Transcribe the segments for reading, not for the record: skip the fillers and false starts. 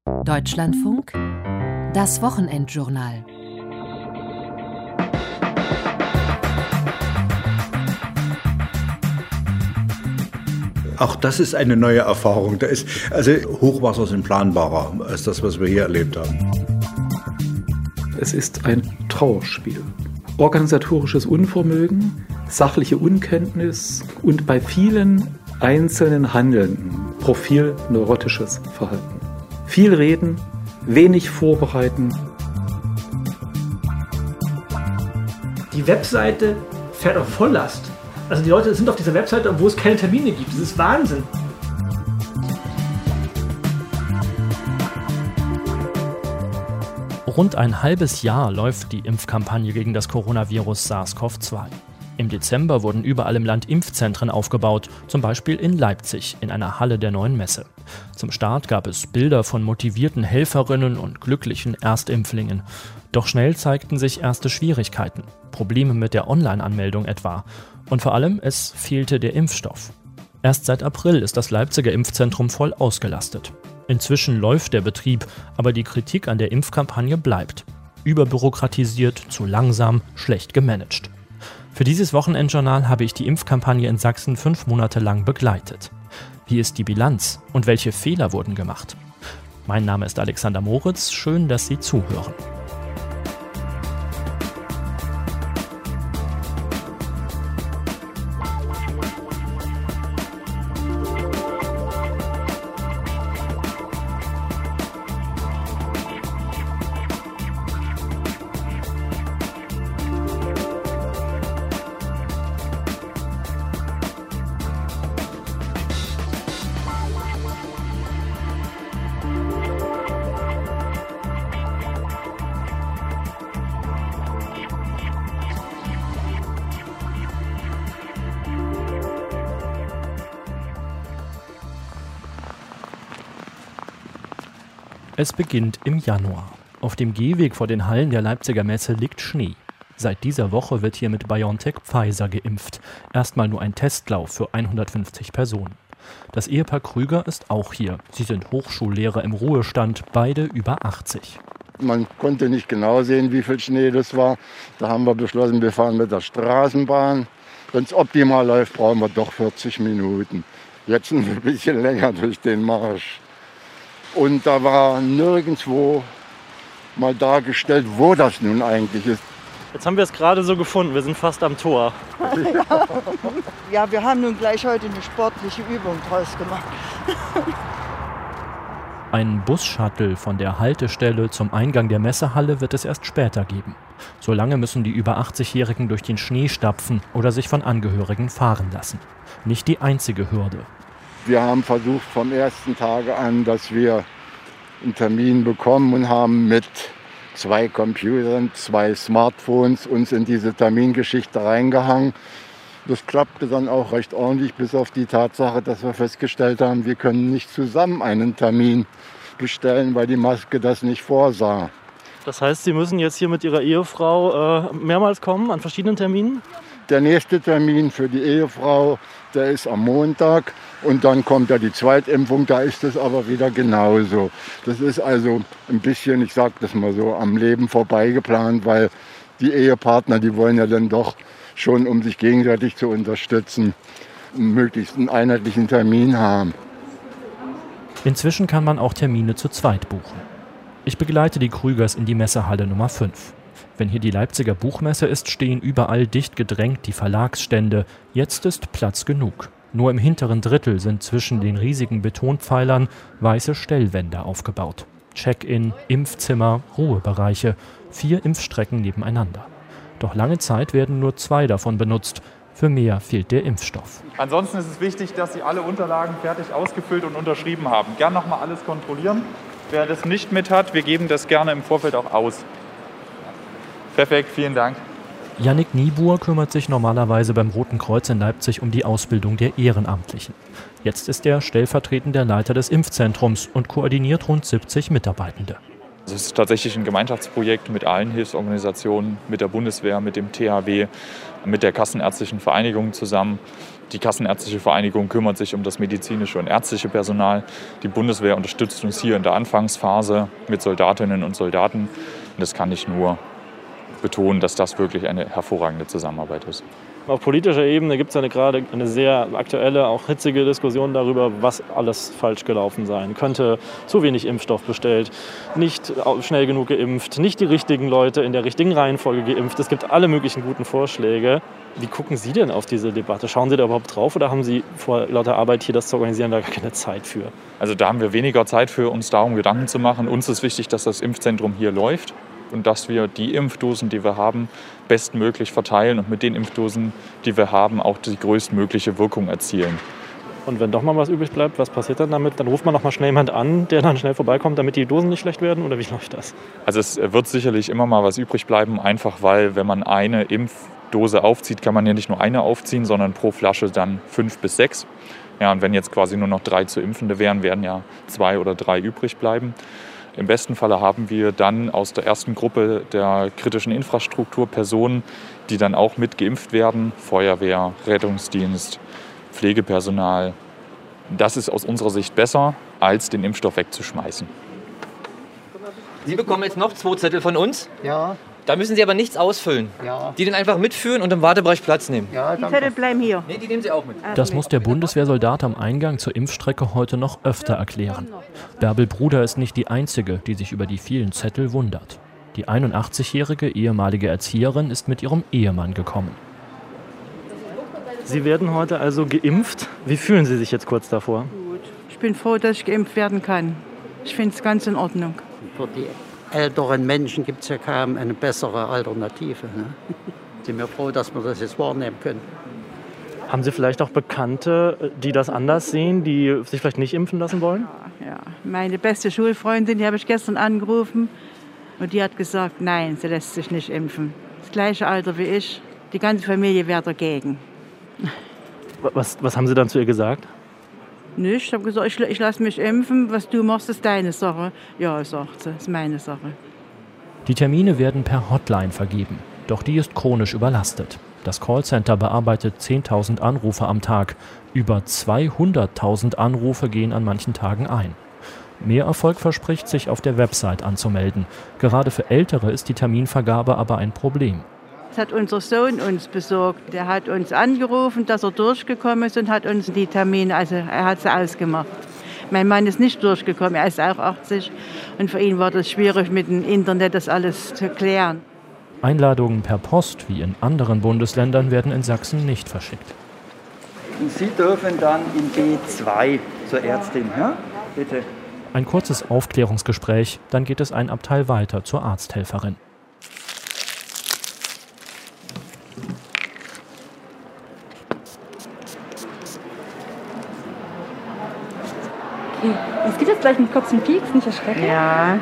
Deutschlandfunk, das Wochenendjournal. Auch das ist eine neue Erfahrung. Hochwasser sind planbarer als das, was wir hier erlebt haben. Es ist ein Trauerspiel. Organisatorisches Unvermögen, sachliche Unkenntnis und bei vielen einzelnen Handelnden profilneurotisches Verhalten. Viel reden, wenig vorbereiten. Die Webseite fährt auf Volllast. Also die Leute sind auf dieser Webseite, obwohl es keine Termine gibt. Das ist Wahnsinn. Rund ein halbes Jahr läuft die Impfkampagne gegen das Coronavirus SARS-CoV-2. Im Dezember wurden überall im Land Impfzentren aufgebaut, zum Beispiel in Leipzig, in einer Halle der Neuen Messe. Zum Start gab es Bilder von motivierten Helferinnen und glücklichen Erstimpflingen. Doch schnell zeigten sich erste Schwierigkeiten, Probleme mit der Online-Anmeldung etwa. Und vor allem, es fehlte der Impfstoff. Erst seit April ist das Leipziger Impfzentrum voll ausgelastet. Inzwischen läuft der Betrieb, aber die Kritik an der Impfkampagne bleibt. Überbürokratisiert, zu langsam, schlecht gemanagt. Für dieses Wochenendjournal habe ich die Impfkampagne in Sachsen 5 Monate lang begleitet. Wie ist die Bilanz und welche Fehler wurden gemacht? Mein Name ist Alexander Moritz, schön, dass Sie zuhören. Es beginnt im Januar. Auf dem Gehweg vor den Hallen der Leipziger Messe liegt Schnee. Seit dieser Woche wird hier mit BioNTech-Pfizer geimpft. Erstmal nur ein Testlauf für 150 Personen. Das Ehepaar Krüger ist auch hier. Sie sind Hochschullehrer im Ruhestand, beide über 80. Man konnte nicht genau sehen, wie viel Schnee das war. Da haben wir beschlossen, wir fahren mit der Straßenbahn. Wenn es optimal läuft, brauchen wir doch 40 Minuten. Jetzt ein bisschen länger durch den Marsch. Und da war nirgendwo mal dargestellt, wo das nun eigentlich ist. Jetzt haben wir es gerade so gefunden, wir sind fast am Tor. Ja, wir haben nun gleich heute eine sportliche Übung draus gemacht. Einen Bus-Shuttle von der Haltestelle zum Eingang der Messehalle wird es erst später geben. Solange müssen die über 80-Jährigen durch den Schnee stapfen oder sich von Angehörigen fahren lassen. Nicht die einzige Hürde. Wir haben versucht vom ersten Tage an, dass wir einen Termin bekommen und haben mit 2 Computern, 2 Smartphones uns in diese Termingeschichte reingehangen. Das klappte dann auch recht ordentlich, bis auf die Tatsache, dass wir festgestellt haben, wir können nicht zusammen einen Termin bestellen, weil die Maske das nicht vorsah. Das heißt, Sie müssen jetzt hier mit Ihrer Ehefrau mehrmals kommen an verschiedenen Terminen? Der nächste Termin für die Ehefrau, der ist am Montag und dann kommt ja die Zweitimpfung, da ist es aber wieder genauso. Das ist also ein bisschen, ich sage das mal so, am Leben vorbeigeplant, weil die Ehepartner, die wollen ja dann doch schon, um sich gegenseitig zu unterstützen, möglichst einen einheitlichen Termin haben. Inzwischen kann man auch Termine zu zweit buchen. Ich begleite die Krügers in die Messehalle Nummer 5. Wenn hier die Leipziger Buchmesse ist, stehen überall dicht gedrängt die Verlagsstände. Jetzt ist Platz genug. Nur im hinteren Drittel sind zwischen den riesigen Betonpfeilern weiße Stellwände aufgebaut. Check-in, Impfzimmer, Ruhebereiche, 4 Impfstrecken nebeneinander. Doch lange Zeit werden nur 2 davon benutzt. Für mehr fehlt der Impfstoff. Ansonsten ist es wichtig, dass Sie alle Unterlagen fertig ausgefüllt und unterschrieben haben. Gern nochmal alles kontrollieren. Wer das nicht mit hat, wir geben das gerne im Vorfeld auch aus. Perfekt, vielen Dank. Jannik Niebuhr kümmert sich normalerweise beim Roten Kreuz in Leipzig um die Ausbildung der Ehrenamtlichen. Jetzt ist er stellvertretender Leiter des Impfzentrums und koordiniert rund 70 Mitarbeitende. Es ist tatsächlich ein Gemeinschaftsprojekt mit allen Hilfsorganisationen, mit der Bundeswehr, mit dem THW, mit der Kassenärztlichen Vereinigung zusammen. Die Kassenärztliche Vereinigung kümmert sich um das medizinische und ärztliche Personal. Die Bundeswehr unterstützt uns hier in der Anfangsphase mit Soldatinnen und Soldaten. Und das kann ich nur betonen, dass das wirklich eine hervorragende Zusammenarbeit ist. Auf politischer Ebene gibt es gerade eine sehr aktuelle, auch hitzige Diskussion darüber, was alles falsch gelaufen sein könnte. Zu wenig Impfstoff bestellt, nicht schnell genug geimpft, nicht die richtigen Leute in der richtigen Reihenfolge geimpft. Es gibt alle möglichen guten Vorschläge. Wie gucken Sie denn auf diese Debatte? Schauen Sie da überhaupt drauf oder haben Sie vor lauter Arbeit hier das zu organisieren da gar keine Zeit für? Also da haben wir weniger Zeit für, uns darum Gedanken zu machen. Uns ist wichtig, dass das Impfzentrum hier läuft und dass wir die Impfdosen, die wir haben, bestmöglich verteilen und mit den Impfdosen, die wir haben, auch die größtmögliche Wirkung erzielen. Und wenn doch mal was übrig bleibt, was passiert dann damit? Dann ruft man noch mal schnell jemand an, der dann schnell vorbeikommt, damit die Dosen nicht schlecht werden? Oder wie läuft das? Also es wird sicherlich immer mal was übrig bleiben, einfach weil, wenn man eine Impfdose aufzieht, kann man ja nicht nur eine aufziehen, sondern pro Flasche dann 5 bis 6. Ja, und wenn jetzt quasi nur noch 3 zu Impfende wären, werden ja 2 oder 3 übrig bleiben. Im besten Falle haben wir dann aus der ersten Gruppe der kritischen Infrastruktur Personen, die dann auch mit geimpft werden. Feuerwehr, Rettungsdienst, Pflegepersonal. Das ist aus unserer Sicht besser, als den Impfstoff wegzuschmeißen. Sie bekommen jetzt noch 2 Zettel von uns. Ja. Da müssen Sie aber nichts ausfüllen. Ja. Die dann einfach mitführen und im Wartebereich Platz nehmen. Ja, Die Zettel bleiben hier. Nee, die nehmen Sie auch mit. Das muss der Bundeswehrsoldat am Eingang zur Impfstrecke heute noch öfter erklären. Bärbel Bruder ist nicht die Einzige, die sich über die vielen Zettel wundert. Die 81-jährige ehemalige Erzieherin ist mit ihrem Ehemann gekommen. Sie werden heute also geimpft. Wie fühlen Sie sich jetzt kurz davor? Gut. Ich bin froh, dass ich geimpft werden kann. Ich finde es ganz in Ordnung. Für die älteren Menschen gibt es ja kaum eine bessere Alternative. Ne? Sind wir froh, dass wir das jetzt wahrnehmen können. Haben Sie vielleicht auch Bekannte, die das anders sehen, die sich vielleicht nicht impfen lassen wollen? Ja. Meine beste Schulfreundin, die habe ich gestern angerufen. Und die hat gesagt, nein, sie lässt sich nicht impfen. Das gleiche Alter wie ich. Die ganze Familie wäre dagegen. Was haben Sie dann zu ihr gesagt? Nicht. Ich habe gesagt, ich lasse mich impfen. Was du machst, ist deine Sache. Ja, sagt sie, ist meine Sache. Die Termine werden per Hotline vergeben. Doch die ist chronisch überlastet. Das Callcenter bearbeitet 10.000 Anrufe am Tag. Über 200.000 Anrufe gehen an manchen Tagen ein. Mehr Erfolg verspricht, sich auf der Website anzumelden. Gerade für Ältere ist die Terminvergabe aber ein Problem. Das hat unser Sohn uns besorgt. Der hat uns angerufen, dass er durchgekommen ist und hat uns die Termine, also er hat sie ausgemacht. Mein Mann ist nicht durchgekommen, er ist auch 80 und für ihn war das schwierig mit dem Internet das alles zu klären. Einladungen per Post wie in anderen Bundesländern werden in Sachsen nicht verschickt. Und Sie dürfen dann in B2 zur Ärztin, ja? Bitte. Ein kurzes Aufklärungsgespräch, dann geht es ein Abteil weiter zur Arzthelferin. Es gibt jetzt gleich einen kurzen Pieks, nicht erschrecken. Ja.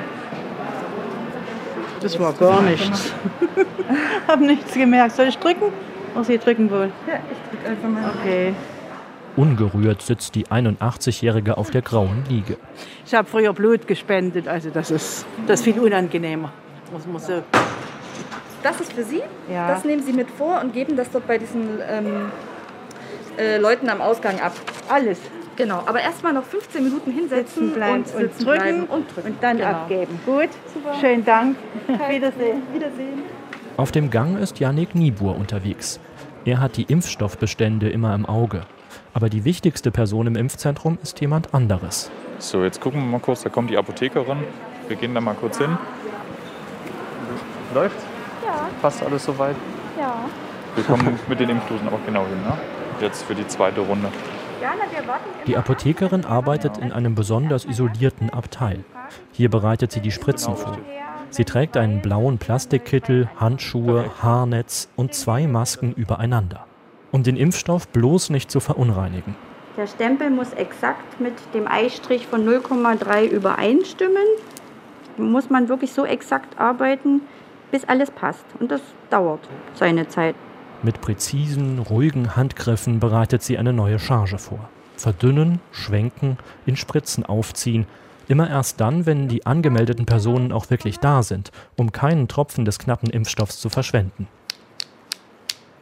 Das war gar nichts. Ich habe nichts gemerkt. Soll ich drücken? Oder Sie drücken wohl? Ja, ich drücke einfach mal. Okay. Ungerührt sitzt die 81-Jährige auf der grauen Liege. Ich habe früher Blut gespendet, also das ist viel unangenehmer. Muss man so. Das ist für Sie. Ja. Das nehmen Sie mit vor und geben das dort bei diesen Leuten am Ausgang ab. Alles. Genau, aber erstmal noch 15 Minuten hinsetzen bleiben und sitzen drücken bleiben und drücken. Und dann genau. abgeben. Gut, super. Schönen Dank. Wiedersehen. Wiedersehen. Auf dem Gang ist Yannick Niebuhr unterwegs. Er hat die Impfstoffbestände immer im Auge. Aber die wichtigste Person im Impfzentrum ist jemand anderes. So, jetzt gucken wir mal kurz, da kommt die Apothekerin. Wir gehen da mal kurz hin. Läuft's? Ja. Passt alles soweit? Ja. Wir kommen mit den Impfdosen auch genau hin, ne? Jetzt für die zweite Runde. Die Apothekerin arbeitet in einem besonders isolierten Abteil. Hier bereitet sie die Spritzen vor. Sie trägt einen blauen Plastikkittel, Handschuhe, Haarnetz und 2 Masken übereinander. Um den Impfstoff bloß nicht zu verunreinigen. Der Stempel muss exakt mit dem Eistrich von 0,3 übereinstimmen. Muss man wirklich so exakt arbeiten, bis alles passt. Und das dauert seine Zeit. Mit präzisen, ruhigen Handgriffen bereitet sie eine neue Charge vor. Verdünnen, schwenken, in Spritzen aufziehen. Immer erst dann, wenn die angemeldeten Personen auch wirklich da sind, um keinen Tropfen des knappen Impfstoffs zu verschwenden.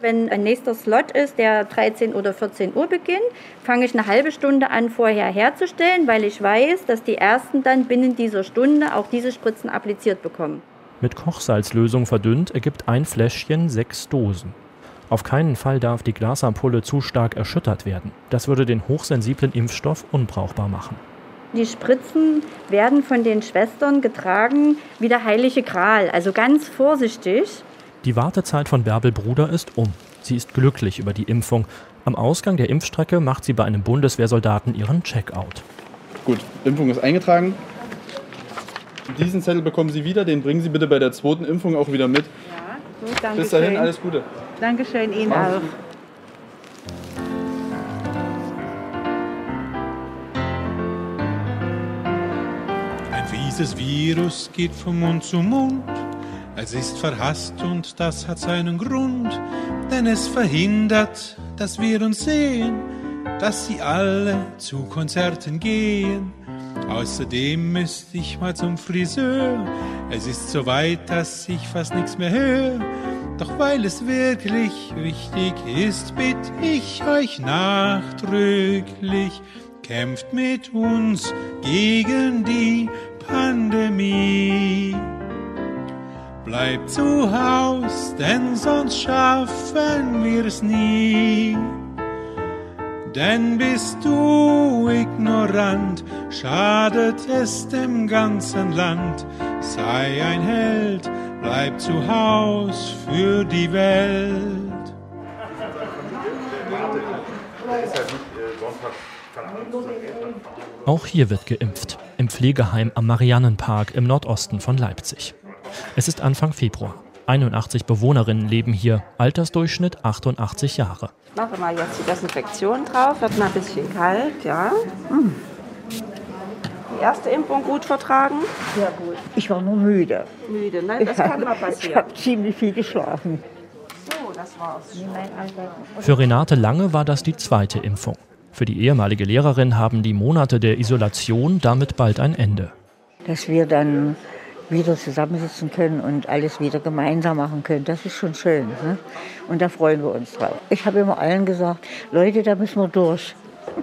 Wenn ein nächster Slot ist, der 13 oder 14 Uhr beginnt, fange ich eine halbe Stunde an, vorher herzustellen, weil ich weiß, dass die Ersten dann binnen dieser Stunde auch diese Spritzen appliziert bekommen. Mit Kochsalzlösung verdünnt ergibt ein Fläschchen 6 Dosen. Auf keinen Fall darf die Glasampulle zu stark erschüttert werden. Das würde den hochsensiblen Impfstoff unbrauchbar machen. Die Spritzen werden von den Schwestern getragen wie der heilige Gral, also ganz vorsichtig. Die Wartezeit von Bärbel Bruder ist um. Sie ist glücklich über die Impfung. Am Ausgang der Impfstrecke macht sie bei einem Bundeswehrsoldaten ihren Checkout. Gut, Impfung ist eingetragen. Diesen Zettel bekommen Sie wieder, den bringen Sie bitte bei der zweiten Impfung auch wieder mit. Ja, gut, danke. Bis dahin, alles Gute. Dankeschön, Ihnen auch. Ein fieses Virus geht von Mund zu Mund. Es ist verhasst und das hat seinen Grund, denn es verhindert, dass wir uns sehen, dass sie alle zu Konzerten gehen. Außerdem müsste ich mal zum Friseur, es ist so weit, dass ich fast nichts mehr höre. Doch weil es wirklich wichtig ist, bitte ich euch nachdrücklich, kämpft mit uns gegen die Pandemie. Bleib zu Haus, denn sonst schaffen wir es nie. Denn bist du ignorant, schadet es dem ganzen Land. Sei ein Held, bleib zu Haus für die Welt. Auch hier wird geimpft, im Pflegeheim am Mariannenpark im Nordosten von Leipzig. Es ist Anfang Februar. 81 Bewohnerinnen leben hier, Altersdurchschnitt 88 Jahre. Ich mache mal jetzt die Desinfektion drauf, wird mal ein bisschen kalt, ja. Die erste Impfung gut vertragen? Ja gut. Ich war nur müde. Müde, ne? Das kann mal passieren. Ich habe ziemlich viel geschlafen. So, das war's. Für Renate Lange war das die zweite Impfung. Für die ehemalige Lehrerin haben die Monate der Isolation damit bald ein Ende. Dass wir dann wieder zusammensitzen können und alles wieder gemeinsam machen können, das ist schon schön. Ne? Und da freuen wir uns drauf. Ich habe immer allen gesagt, Leute, da müssen wir durch.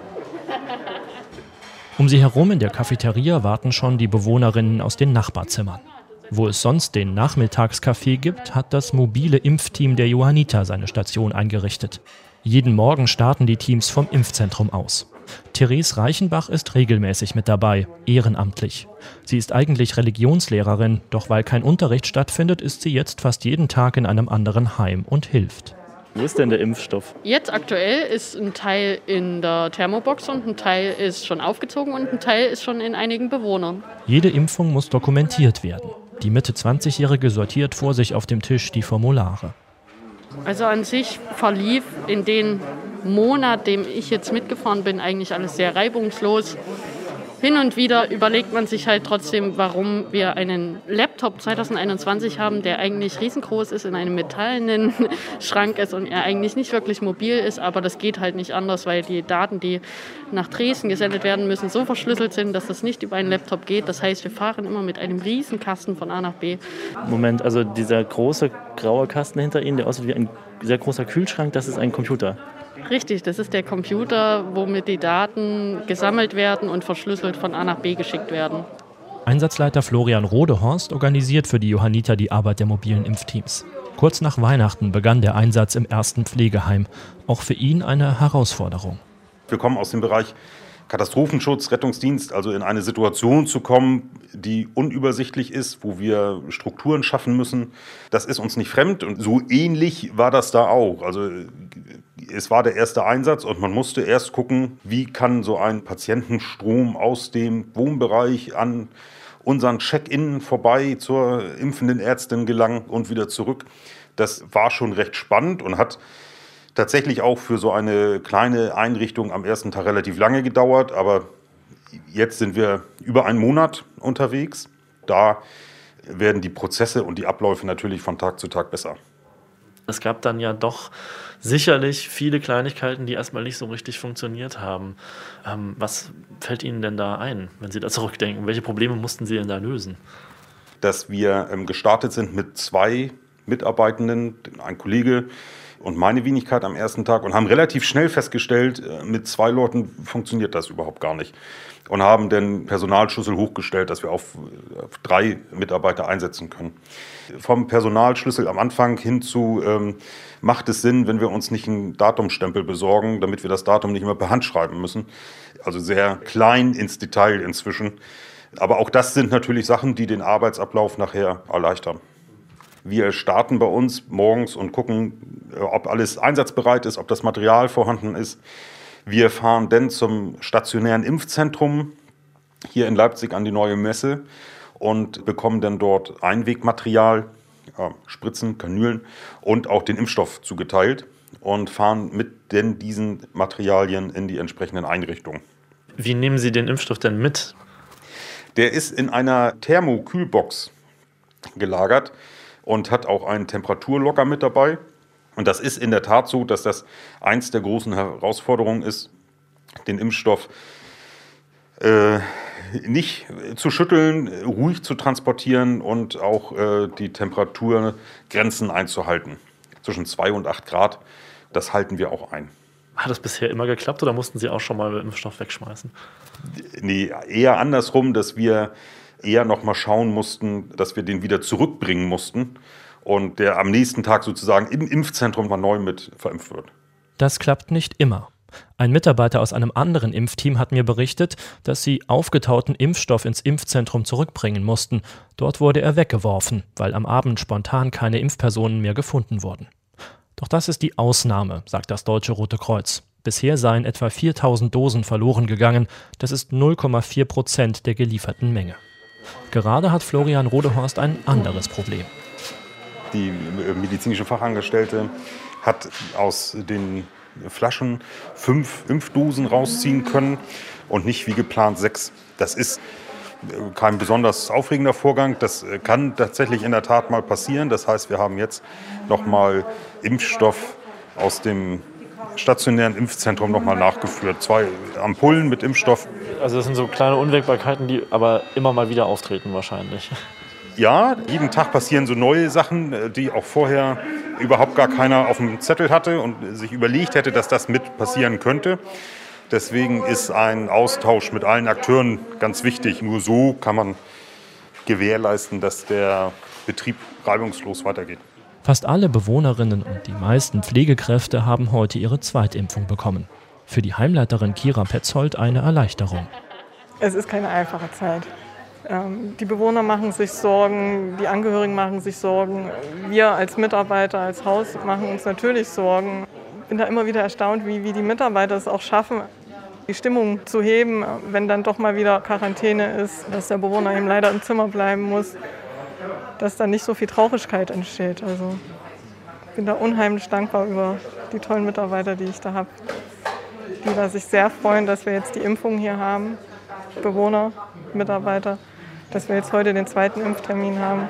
Um sie herum in der Cafeteria warten schon die Bewohnerinnen aus den Nachbarzimmern. Wo es sonst den Nachmittagscafé gibt, hat das mobile Impfteam der Johanniter seine Station eingerichtet. Jeden Morgen starten die Teams vom Impfzentrum aus. Therese Reichenbach ist regelmäßig mit dabei, ehrenamtlich. Sie ist eigentlich Religionslehrerin, doch weil kein Unterricht stattfindet, ist sie jetzt fast jeden Tag in einem anderen Heim und hilft. Wo ist denn der Impfstoff? Jetzt aktuell ist ein Teil in der Thermobox und ein Teil ist schon aufgezogen und ein Teil ist schon in einigen Bewohnern. Jede Impfung muss dokumentiert werden. Die Mitte-20-Jährige sortiert vor sich auf dem Tisch die Formulare. Also an sich verlief in den Monat, dem ich jetzt mitgefahren bin, eigentlich alles sehr reibungslos. Hin und wieder überlegt man sich halt trotzdem, warum wir einen Laptop 2021 haben, der eigentlich riesengroß ist, in einem metallenen Schrank ist und er eigentlich nicht wirklich mobil ist. Aber das geht halt nicht anders, weil die Daten, die nach Dresden gesendet werden müssen, so verschlüsselt sind, dass das nicht über einen Laptop geht. Das heißt, wir fahren immer mit einem Riesenkasten von A nach B. Moment, also dieser große graue Kasten hinter Ihnen, der aussieht wie ein sehr großer Kühlschrank, das ist ein Computer. Richtig, das ist der Computer, womit die Daten gesammelt werden und verschlüsselt von A nach B geschickt werden. Einsatzleiter Florian Rodehorst organisiert für die Johanniter die Arbeit der mobilen Impfteams. Kurz nach Weihnachten begann der Einsatz im ersten Pflegeheim. Auch für ihn eine Herausforderung. Wir kommen aus dem Bereich Katastrophenschutz, Rettungsdienst, also in eine Situation zu kommen, die unübersichtlich ist, wo wir Strukturen schaffen müssen. Das ist uns nicht fremd und so ähnlich war das da auch. Also es war der erste Einsatz und man musste erst gucken, wie kann so ein Patientenstrom aus dem Wohnbereich an unseren Check-in vorbei zur impfenden Ärztin gelangen und wieder zurück. Das war schon recht spannend und hat tatsächlich auch für so eine kleine Einrichtung am ersten Tag relativ lange gedauert, aber jetzt sind wir über einen Monat unterwegs. Da werden die Prozesse und die Abläufe natürlich von Tag zu Tag besser. Es gab dann ja doch sicherlich viele Kleinigkeiten, die erstmal nicht so richtig funktioniert haben. Was fällt Ihnen denn da ein, wenn Sie da zurückdenken? Welche Probleme mussten Sie denn da lösen? Dass wir gestartet sind mit 2 Mitarbeitenden, ein Kollege und meine Wenigkeit am ersten Tag und haben relativ schnell festgestellt, mit 2 Leuten funktioniert das überhaupt gar nicht. Und haben den Personalschlüssel hochgestellt, dass wir auf 3 Mitarbeiter einsetzen können. Vom Personalschlüssel am Anfang hin zu, macht es Sinn, wenn wir uns nicht einen Datumstempel besorgen, damit wir das Datum nicht immer per Hand schreiben müssen. Also sehr klein ins Detail inzwischen. Aber auch das sind natürlich Sachen, die den Arbeitsablauf nachher erleichtern. Wir starten bei uns morgens und gucken, ob alles einsatzbereit ist, ob das Material vorhanden ist. Wir fahren dann zum stationären Impfzentrum hier in Leipzig an die Neue Messe und bekommen dann dort Einwegmaterial, Spritzen, Kanülen und auch den Impfstoff zugeteilt und fahren mit denn diesen Materialien in die entsprechenden Einrichtungen. Wie nehmen Sie den Impfstoff denn mit? Der ist in einer Thermokühlbox gelagert und hat auch einen Temperaturlocker mit dabei. Und das ist in der Tat so, dass das eins der großen Herausforderungen ist, den Impfstoff nicht zu schütteln, ruhig zu transportieren und auch die Temperaturgrenzen einzuhalten. Zwischen 2 und 8 Grad, das halten wir auch ein. Hat das bisher immer geklappt oder mussten Sie auch schon mal Impfstoff wegschmeißen? Nee, eher andersrum, dass wir eher noch mal schauen mussten, dass wir den wieder zurückbringen mussten. Und der am nächsten Tag sozusagen im Impfzentrum mal neu mit verimpft wird. Das klappt nicht immer. Ein Mitarbeiter aus einem anderen Impfteam hat mir berichtet, dass sie aufgetauten Impfstoff ins Impfzentrum zurückbringen mussten. Dort wurde er weggeworfen, weil am Abend spontan keine Impfpersonen mehr gefunden wurden. Doch das ist die Ausnahme, sagt das Deutsche Rote Kreuz. Bisher seien etwa 4.000 Dosen verloren gegangen. Das ist 0,4% der gelieferten Menge. Gerade hat Florian Rodehorst ein anderes Problem. Die medizinische Fachangestellte hat aus den Flaschen 5 Impfdosen rausziehen können und nicht wie geplant 6. Das ist kein besonders aufregender Vorgang. Das kann tatsächlich in der Tat mal passieren. Das heißt, wir haben jetzt nochmal Impfstoff aus dem stationären Impfzentrum nochmal nachgeführt. 2 Ampullen mit Impfstoff. Also das sind so kleine Unwägbarkeiten, die aber immer mal wieder auftreten wahrscheinlich. Ja, jeden Tag passieren so neue Sachen, die auch vorher überhaupt gar keiner auf dem Zettel hatte und sich überlegt hätte, dass das mit passieren könnte. Deswegen ist ein Austausch mit allen Akteuren ganz wichtig. Nur so kann man gewährleisten, dass der Betrieb reibungslos weitergeht. Fast alle Bewohnerinnen und die meisten Pflegekräfte haben heute ihre Zweitimpfung bekommen. Für die Heimleiterin Kira Petzold eine Erleichterung. Es ist keine einfache Zeit. Die Bewohner machen sich Sorgen, die Angehörigen machen sich Sorgen. Wir als Mitarbeiter, als Haus machen uns natürlich Sorgen. Ich bin da immer wieder erstaunt, wie die Mitarbeiter es auch schaffen, die Stimmung zu heben, wenn dann doch mal wieder Quarantäne ist, dass der Bewohner eben leider im Zimmer bleiben muss, dass dann nicht so viel Traurigkeit entsteht. Also ich bin da unheimlich dankbar über die tollen Mitarbeiter, die ich da habe, die da sich sehr freuen, dass wir jetzt die Impfung hier haben, Bewohner, Mitarbeiter, dass wir jetzt heute den 2. Impftermin haben.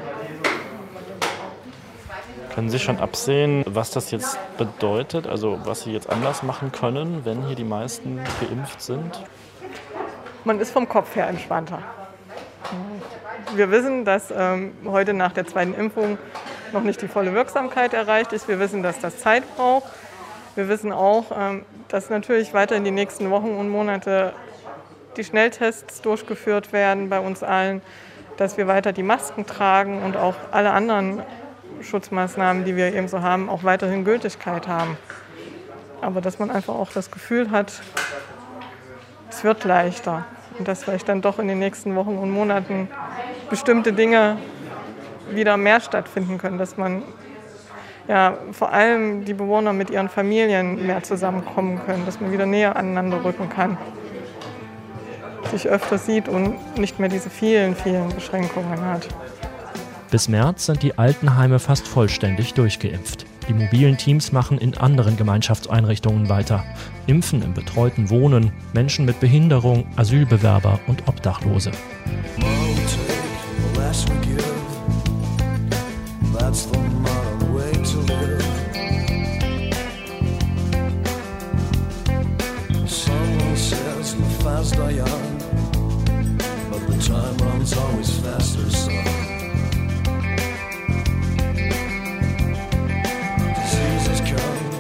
Können Sie schon absehen, was das jetzt bedeutet, also was Sie jetzt anders machen können, wenn hier die meisten geimpft sind? Man ist vom Kopf her entspannter. Wir wissen, dass heute nach der 2. Impfung noch nicht die volle Wirksamkeit erreicht ist. Wir wissen, dass das Zeit braucht. Wir wissen auch, dass natürlich weiter in die nächsten Wochen und Monate die Schnelltests durchgeführt werden bei uns allen, dass wir weiter die Masken tragen und auch alle anderen Schutzmaßnahmen, die wir eben so haben, auch weiterhin Gültigkeit haben. Aber dass man einfach auch das Gefühl hat, es wird leichter und dass vielleicht dann doch in den nächsten Wochen und Monaten bestimmte Dinge wieder mehr stattfinden können, dass man ja, vor allem die Bewohner mit ihren Familien mehr zusammenkommen können, dass man wieder näher aneinander rücken kann, sich öfter sieht und nicht mehr diese vielen Beschränkungen hat. Bis März sind die Altenheime fast vollständig durchgeimpft. Die mobilen Teams machen in anderen Gemeinschaftseinrichtungen weiter. Impfen im betreuten Wohnen, Menschen mit Behinderung, Asylbewerber und Obdachlose. Diseases come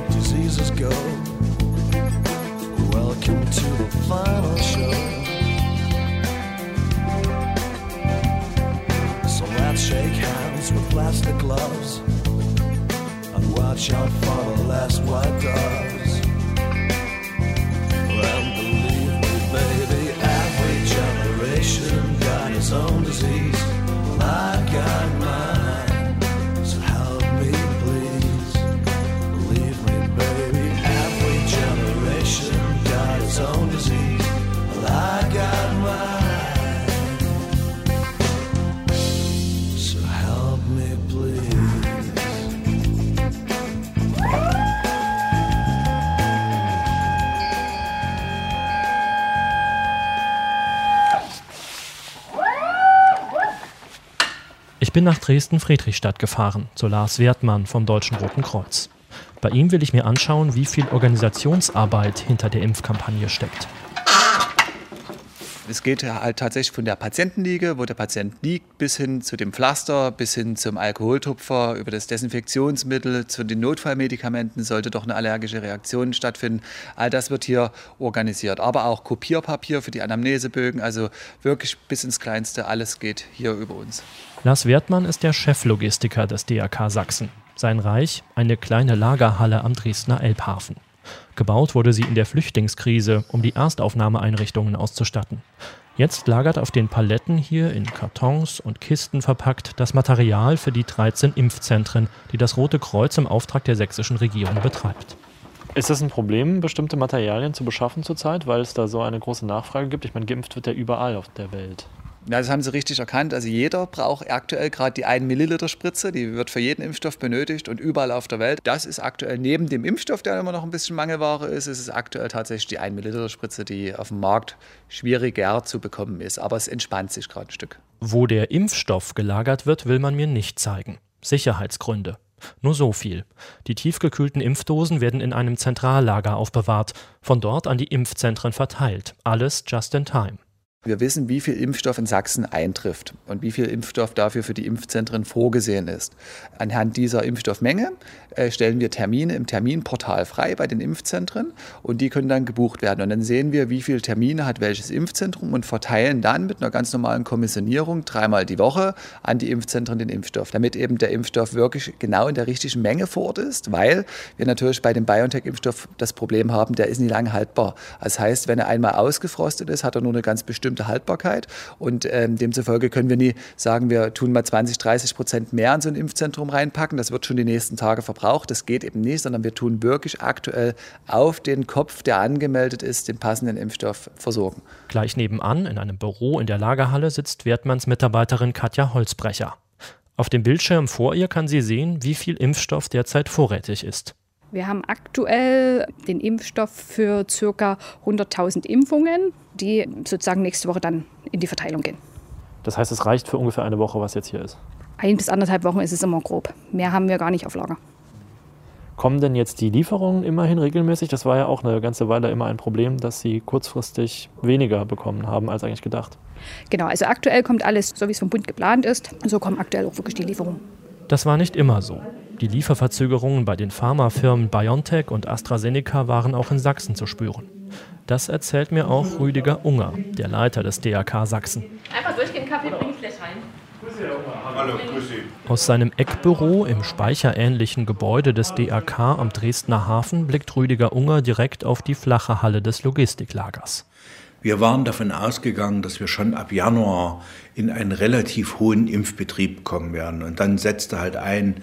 plastic gloves and watch out for the last white doves. Well, believe me, baby, every generation got its own disease. I got mine, so help me please. Believe me, baby, every generation got its own disease. I got mine, so help me please. Ich bin nach Dresden-Friedrichstadt gefahren, zu Lars Wertmann vom Deutschen Roten Kreuz. Bei ihm will ich mir anschauen, wie viel Organisationsarbeit hinter der Impfkampagne steckt. Es geht halt tatsächlich von der Patientenliege, wo der Patient liegt, bis hin zu dem Pflaster, bis hin zum Alkoholtupfer, über das Desinfektionsmittel, zu den Notfallmedikamenten, sollte doch eine allergische Reaktion stattfinden. All das wird hier organisiert. Aber auch Kopierpapier für die Anamnesebögen, also wirklich bis ins Kleinste, alles geht hier über uns. Lars Wertmann ist der Cheflogistiker des DRK Sachsen. Sein Reich, eine kleine Lagerhalle am Dresdner Elbhafen. Gebaut wurde sie in der Flüchtlingskrise, um die Erstaufnahmeeinrichtungen auszustatten. Jetzt lagert auf den Paletten hier in Kartons und Kisten verpackt das Material für die 13 Impfzentren, die das Rote Kreuz im Auftrag der sächsischen Regierung betreibt. Ist das ein Problem, bestimmte Materialien zu beschaffen zurzeit, weil es da so eine große Nachfrage gibt? Ich meine, geimpft wird ja überall auf der Welt. Ja, das haben Sie richtig erkannt. Also jeder braucht aktuell gerade die 1 Milliliter Spritze, die wird für jeden Impfstoff benötigt und überall auf der Welt. Das ist aktuell neben dem Impfstoff, der immer noch ein bisschen Mangelware ist, ist es aktuell tatsächlich die 1 Milliliter Spritze, die auf dem Markt schwieriger zu bekommen ist. Aber es entspannt sich gerade ein Stück. Wo der Impfstoff gelagert wird, will man mir nicht zeigen. Sicherheitsgründe. Nur so viel. Die tiefgekühlten Impfdosen werden in einem Zentrallager aufbewahrt, von dort an die Impfzentren verteilt. Alles just in time. Wir wissen, wie viel Impfstoff in Sachsen eintrifft und wie viel Impfstoff dafür für die Impfzentren vorgesehen ist. Anhand dieser Impfstoffmenge stellen wir Termine im Terminportal frei bei den Impfzentren und die können dann gebucht werden. Und dann sehen wir, wie viele Termine hat welches Impfzentrum und verteilen dann mit einer ganz normalen Kommissionierung 3-mal die Woche an die Impfzentren den Impfstoff, damit eben der Impfstoff wirklich genau in der richtigen Menge vor Ort ist, weil wir natürlich bei dem BioNTech-Impfstoff das Problem haben, der ist nie lange haltbar. Das heißt, wenn er einmal ausgefrostet ist, hat er nur eine ganz bestimmte Haltbarkeit und demzufolge können wir nie sagen, wir tun mal 20-30% mehr in so ein Impfzentrum reinpacken, das wird schon die nächsten Tage verbraucht. Das geht eben nicht, sondern wir tun wirklich aktuell auf den Kopf, der angemeldet ist, den passenden Impfstoff versorgen. Gleich nebenan, in einem Büro in der Lagerhalle, sitzt Wertmanns Mitarbeiterin Katja Holzbrecher. Auf dem Bildschirm vor ihr kann sie sehen, wie viel Impfstoff derzeit vorrätig ist. Wir haben aktuell den Impfstoff für ca. 100.000 Impfungen, die sozusagen nächste Woche dann in die Verteilung gehen. Das heißt, es reicht für ungefähr eine Woche, was jetzt hier ist? 1 bis 1,5 Wochen ist es immer grob. Mehr haben wir gar nicht auf Lager. Kommen denn jetzt die Lieferungen immerhin regelmäßig? Das war ja auch eine ganze Weile immer ein Problem, dass Sie kurzfristig weniger bekommen haben als eigentlich gedacht. Genau, also aktuell kommt alles so, wie es vom Bund geplant ist. So kommen aktuell auch wirklich die Lieferungen. Das war nicht immer so. Die Lieferverzögerungen bei den Pharmafirmen BioNTech und AstraZeneca waren auch in Sachsen zu spüren. Das erzählt mir auch Rüdiger Unger, der Leiter des DRK Sachsen. Einfach durchgehen, Kaffee bringe ich gleich rein. Hallo, grüß Sie. Aus seinem Eckbüro im speicherähnlichen Gebäude des DRK am Dresdner Hafen blickt Rüdiger Unger direkt auf die flache Halle des Logistiklagers. Wir waren davon ausgegangen, dass wir schon ab Januar in einen relativ hohen Impfbetrieb kommen werden. Und dann setzte halt ein,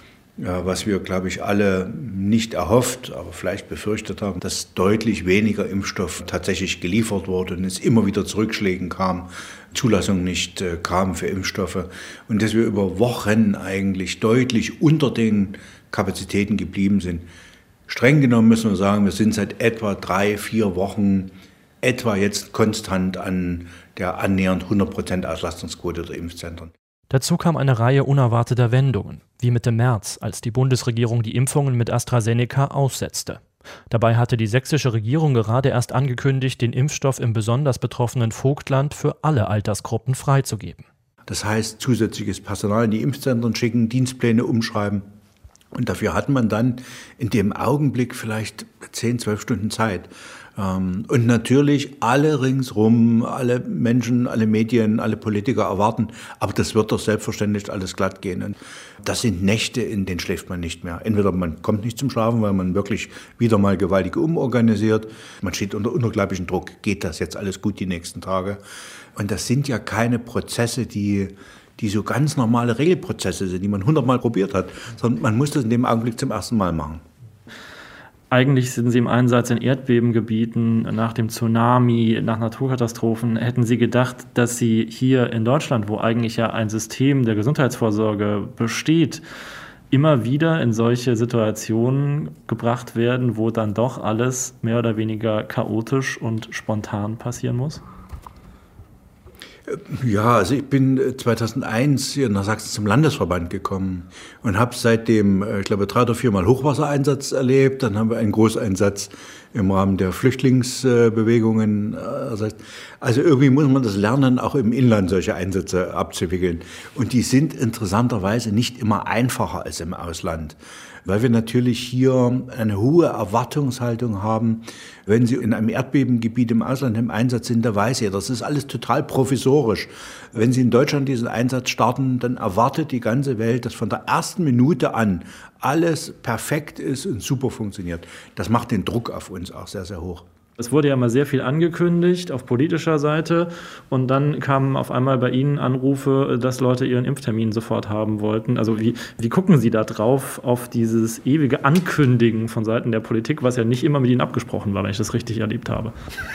was wir, glaube ich, alle nicht erhofft, aber vielleicht befürchtet haben, dass deutlich weniger Impfstoff tatsächlich geliefert wurde und es immer wieder zu Rückschlägen kam, Zulassung nicht kam für Impfstoffe und dass wir über Wochen eigentlich deutlich unter den Kapazitäten geblieben sind. Streng genommen müssen wir sagen, wir sind seit etwa 3-4 Wochen etwa jetzt konstant an der annähernd 100% Auslastungsquote der Impfzentren. Dazu kam eine Reihe unerwarteter Wendungen, wie Mitte März, als die Bundesregierung die Impfungen mit AstraZeneca aussetzte. Dabei hatte die sächsische Regierung gerade erst angekündigt, den Impfstoff im besonders betroffenen Vogtland für alle Altersgruppen freizugeben. Das heißt, zusätzliches Personal in die Impfzentren schicken, Dienstpläne umschreiben. Und dafür hat man dann in dem Augenblick vielleicht 10, 12 Stunden Zeit. Und natürlich alle ringsrum, alle Menschen, alle Medien, alle Politiker erwarten, aber das wird doch selbstverständlich alles glatt gehen. Und das sind Nächte, in denen schläft man nicht mehr. Entweder man kommt nicht zum Schlafen, weil man wirklich wieder mal gewaltig umorganisiert. Man steht unter unglaublichem Druck. Geht das jetzt alles gut die nächsten Tage? Und das sind ja keine Prozesse, die so ganz normale Regelprozesse sind, die man 100-mal probiert hat, sondern man muss das in dem Augenblick zum ersten Mal machen. Eigentlich sind Sie im Einsatz in Erdbebengebieten, nach dem Tsunami, nach Naturkatastrophen. Hätten Sie gedacht, dass Sie hier in Deutschland, wo eigentlich ja ein System der Gesundheitsvorsorge besteht, immer wieder in solche Situationen gebracht werden, wo dann doch alles mehr oder weniger chaotisch und spontan passieren muss? Ja, also ich bin 2001 hier nach Sachsen zum Landesverband gekommen und habe seitdem, ich glaube, 3 oder 4 Mal Hochwassereinsatz erlebt. Dann haben wir einen Großeinsatz im Rahmen der Flüchtlingsbewegungen. Also irgendwie muss man das lernen, auch im Inland solche Einsätze abzuwickeln. Und die sind interessanterweise nicht immer einfacher als im Ausland, weil wir natürlich hier eine hohe Erwartungshaltung haben. Wenn Sie in einem Erdbebengebiet im Ausland im Einsatz sind, da weiß jeder, das ist alles total provisorisch. Wenn Sie in Deutschland diesen Einsatz starten, dann erwartet die ganze Welt, dass von der ersten Minute an alles perfekt ist und super funktioniert. Das macht den Druck auf uns auch sehr, sehr hoch. Es wurde ja mal sehr viel angekündigt auf politischer Seite und dann kamen auf einmal bei Ihnen Anrufe, dass Leute ihren Impftermin sofort haben wollten. Also wie gucken Sie da drauf, auf dieses ewige Ankündigen von Seiten der Politik, was ja nicht immer mit Ihnen abgesprochen war, wenn ich das richtig erlebt habe?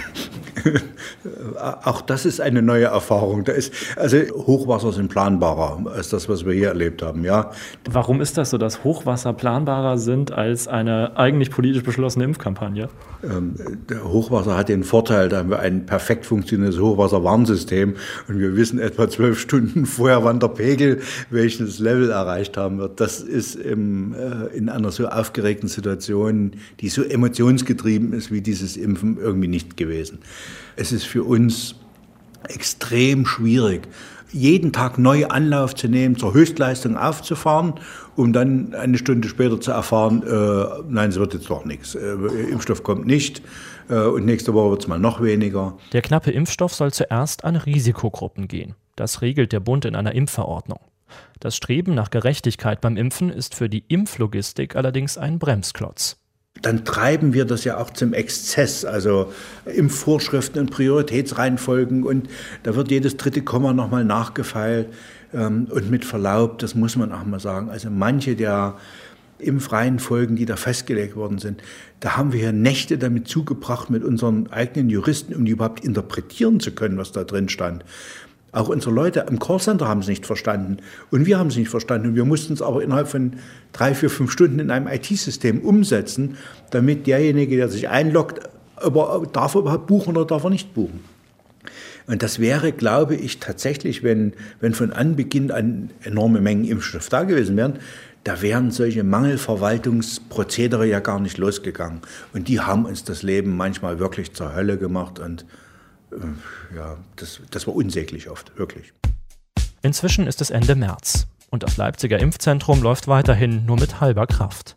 Auch das ist eine neue Erfahrung. Also Hochwasser sind planbarer als das, was wir hier erlebt haben. Ja. Warum ist das so, dass Hochwasser planbarer sind als eine eigentlich politisch beschlossene Impfkampagne? Der Hochwasser hat den Vorteil, da haben wir ein perfekt funktionierendes Hochwasserwarnsystem und wir wissen etwa 12 Stunden vorher, wann der Pegel welches Level erreicht haben wird. Das ist in einer so aufgeregten Situation, die so emotionsgetrieben ist wie dieses Impfen, irgendwie nicht gewesen. Es ist für uns extrem schwierig, jeden Tag neu Anlauf zu nehmen, zur Höchstleistung aufzufahren, um dann eine Stunde später zu erfahren, nein, es wird jetzt doch nichts. Impfstoff kommt nicht und nächste Woche wird es mal noch weniger. Der knappe Impfstoff soll zuerst an Risikogruppen gehen. Das regelt der Bund in einer Impfverordnung. Das Streben nach Gerechtigkeit beim Impfen ist für die Impflogistik allerdings ein Bremsklotz. Dann treiben wir das ja auch zum Exzess, also Impfvorschriften und Prioritätsreihenfolgen und da wird jedes dritte Komma nochmal nachgefeilt und mit Verlaub, das muss man auch mal sagen, also manche der Impfreihenfolgen, die da festgelegt worden sind, da haben wir ja Nächte damit zugebracht mit unseren eigenen Juristen, um die überhaupt interpretieren zu können, was da drin stand. Auch unsere Leute im Callcenter haben es nicht verstanden und wir haben es nicht verstanden und wir mussten es aber innerhalb von 3, 4, 5 Stunden in einem IT-System umsetzen, damit derjenige, der sich einloggt, darf er überhaupt buchen oder darf er nicht buchen. Und das wäre, glaube ich, tatsächlich, wenn von Anbeginn an enorme Mengen Impfstoff da gewesen wären, da wären solche Mangelverwaltungsprozedere ja gar nicht losgegangen. Und die haben uns das Leben manchmal wirklich zur Hölle gemacht und ja, das war unsäglich oft, wirklich. Inzwischen ist es Ende März und das Leipziger Impfzentrum läuft weiterhin nur mit halber Kraft.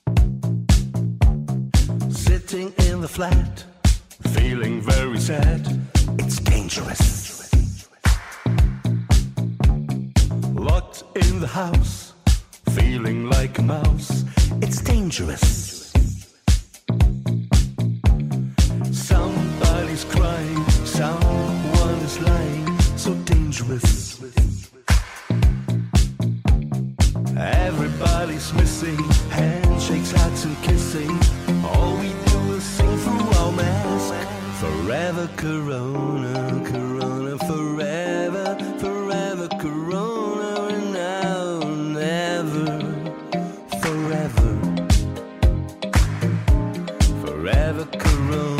Sitting in the flat, feeling very sad. It's dangerous. Locked in the house, feeling like a mouse. It's dangerous. Somebody's crying, someone is lying, so dangerous. Everybody's missing, handshakes, hugs and kissing. All we do is sing through our mask. Forever Corona, Corona, forever, forever Corona, and now, never, forever, forever Corona.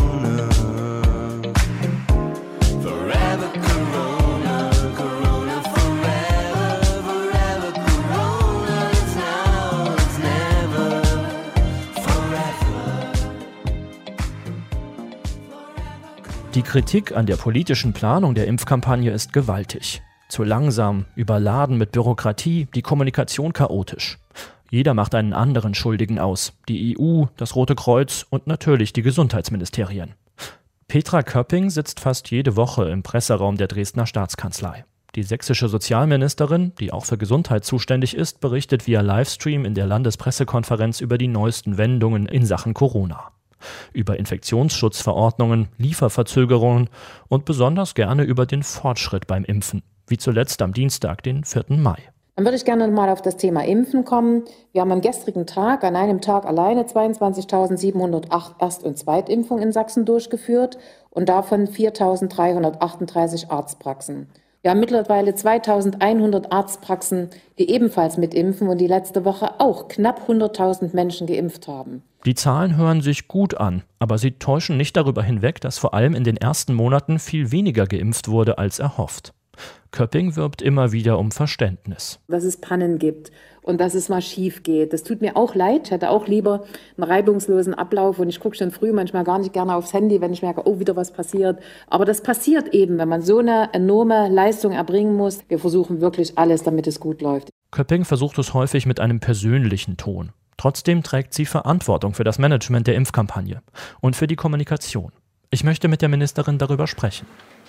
Die Kritik an der politischen Planung der Impfkampagne ist gewaltig. Zu langsam, überladen mit Bürokratie, die Kommunikation chaotisch. Jeder macht einen anderen Schuldigen aus. Die EU, das Rote Kreuz und natürlich die Gesundheitsministerien. Petra Köpping sitzt fast jede Woche im Presseraum der Dresdner Staatskanzlei. Die sächsische Sozialministerin, die auch für Gesundheit zuständig ist, berichtet via Livestream in der Landespressekonferenz über die neuesten Wendungen in Sachen Corona. Über Infektionsschutzverordnungen, Lieferverzögerungen und besonders gerne über den Fortschritt beim Impfen, wie zuletzt am Dienstag, den 4. Mai. Dann würde ich gerne mal auf das Thema Impfen kommen. Wir haben am gestrigen Tag, an einem Tag alleine 22.708 Erst- und Zweitimpfungen in Sachsen durchgeführt und davon 4.338 Arztpraxen. Wir haben mittlerweile 2.100 Arztpraxen, die ebenfalls mitimpfen und die letzte Woche auch knapp 100.000 Menschen geimpft haben. Die Zahlen hören sich gut an, aber sie täuschen nicht darüber hinweg, dass vor allem in den ersten Monaten viel weniger geimpft wurde als erhofft. Köpping wirbt immer wieder um Verständnis. Dass es Pannen gibt und dass es mal schief geht. Das tut mir auch leid. Ich hätte auch lieber einen reibungslosen Ablauf und ich gucke schon früh manchmal gar nicht gerne aufs Handy, wenn ich merke, oh, wieder was passiert. Aber das passiert eben, wenn man so eine enorme Leistung erbringen muss. Wir versuchen wirklich alles, damit es gut läuft. Köpping versucht es häufig mit einem persönlichen Ton. Trotzdem trägt sie Verantwortung für das Management der Impfkampagne und für die Kommunikation. Ich möchte mit der Ministerin darüber sprechen.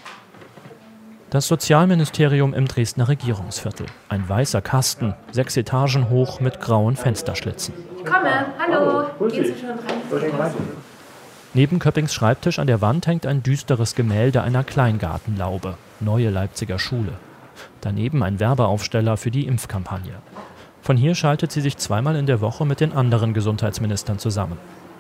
Das Sozialministerium im Dresdner Regierungsviertel. Ein weißer Kasten, 6 Etagen hoch mit grauen Fensterschlitzen. Ich komme, hallo. Gehen Sie schon rein? Neben Köppings Schreibtisch an der Wand hängt ein düsteres Gemälde einer Kleingartenlaube. Neue Leipziger Schule. Daneben ein Werbeaufsteller für die Impfkampagne. Von hier schaltet sie sich zweimal in der Woche mit den anderen Gesundheitsministern zusammen.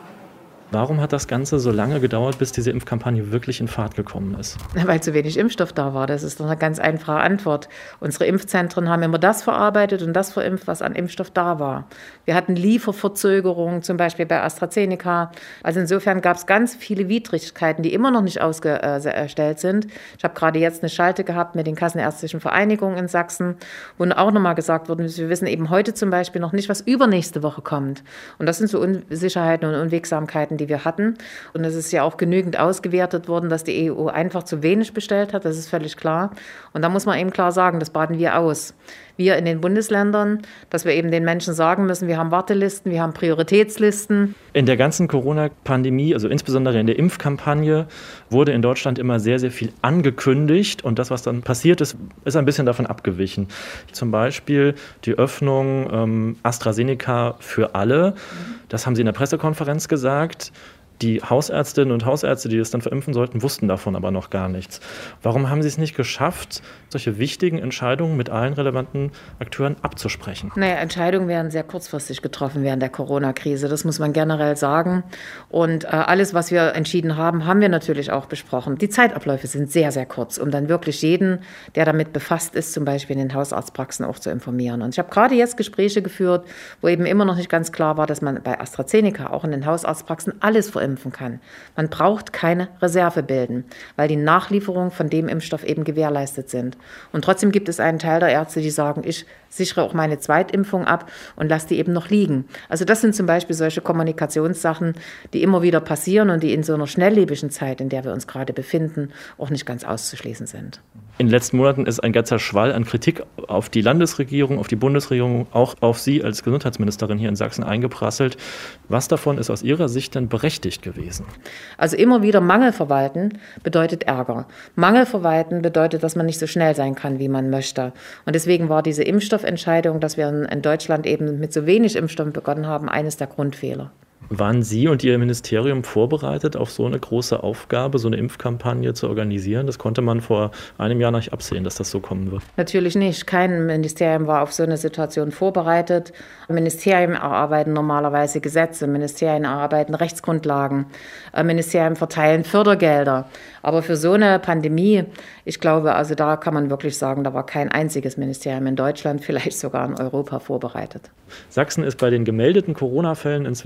Warum hat das Ganze so lange gedauert, bis diese Impfkampagne wirklich in Fahrt gekommen ist? Weil zu wenig Impfstoff da war. Das ist doch eine ganz einfache Antwort. Unsere Impfzentren haben immer das verarbeitet und das verimpft, was an Impfstoff da war. Wir hatten Lieferverzögerungen, zum Beispiel bei AstraZeneca. Also insofern gab es ganz viele Widrigkeiten, die immer noch nicht ausgestellt sind. Ich habe gerade jetzt eine Schalte gehabt mit den Kassenärztlichen Vereinigungen in Sachsen, wo auch nochmal gesagt wurde, wir wissen eben heute zum Beispiel noch nicht, was übernächste Woche kommt. Und das sind so Unsicherheiten und Unwegsamkeiten, die wir hatten. Und es ist ja auch genügend ausgewertet worden, dass die EU einfach zu wenig bestellt hat. Das ist völlig klar. Und da muss man eben klar sagen, das baden wir aus. Wir in den Bundesländern, dass wir eben den Menschen sagen müssen, wir haben Wartelisten, wir haben Prioritätslisten. In der ganzen Corona-Pandemie, also insbesondere in der Impfkampagne, wurde in Deutschland immer sehr, sehr viel angekündigt. Und das, was dann passiert ist, ist ein bisschen davon abgewichen. Zum Beispiel die Öffnung AstraZeneca für alle. Das haben sie in der Pressekonferenz gesagt. Die Hausärztinnen und Hausärzte, die das dann verimpfen sollten, wussten davon aber noch gar nichts. Warum haben sie es nicht geschafft, solche wichtigen Entscheidungen mit allen relevanten Akteuren abzusprechen? Naja, Entscheidungen werden sehr kurzfristig getroffen während der Corona-Krise. Das muss man generell sagen. Und alles, was wir entschieden haben, haben wir natürlich auch besprochen. Die Zeitabläufe sind sehr, sehr kurz, um dann wirklich jeden, der damit befasst ist, zum Beispiel in den Hausarztpraxen auch zu informieren. Und ich habe gerade jetzt Gespräche geführt, wo eben immer noch nicht ganz klar war, dass man bei AstraZeneca auch in den Hausarztpraxen alles verimpfen kann. Man braucht keine Reserve bilden, weil die Nachlieferungen von dem Impfstoff eben gewährleistet sind. Und trotzdem gibt es einen Teil der Ärzte, die sagen, ich sichere auch meine Zweitimpfung ab und lasse die eben noch liegen. Also das sind zum Beispiel solche Kommunikationssachen, die immer wieder passieren und die in so einer schnelllebigen Zeit, in der wir uns gerade befinden, auch nicht ganz auszuschließen sind. In den letzten Monaten ist ein ganzer Schwall an Kritik auf die Landesregierung, auf die Bundesregierung, auch auf Sie als Gesundheitsministerin hier in Sachsen eingeprasselt. Was davon ist aus Ihrer Sicht denn berechtigt gewesen? Also immer wieder Mangel verwalten bedeutet Ärger. Mangel verwalten bedeutet, dass man nicht so schnell sein kann, wie man möchte. Und deswegen war diese Impfstoffentscheidung, dass wir in Deutschland eben mit so wenig Impfstoff begonnen haben, eines der Grundfehler. Waren Sie und Ihr Ministerium vorbereitet auf so eine große Aufgabe, so eine Impfkampagne zu organisieren? Das konnte man vor einem Jahr nicht absehen, dass das so kommen wird. Natürlich nicht. Kein Ministerium war auf so eine Situation vorbereitet. Ministerien erarbeiten normalerweise Gesetze, Ministerien erarbeiten Rechtsgrundlagen, Ministerien verteilen Fördergelder. Aber für so eine Pandemie, ich glaube, also da kann man wirklich sagen, da war kein einziges Ministerium in Deutschland, vielleicht sogar in Europa vorbereitet. Sachsen ist bei den gemeldeten Corona-Fällen inzwischen wieder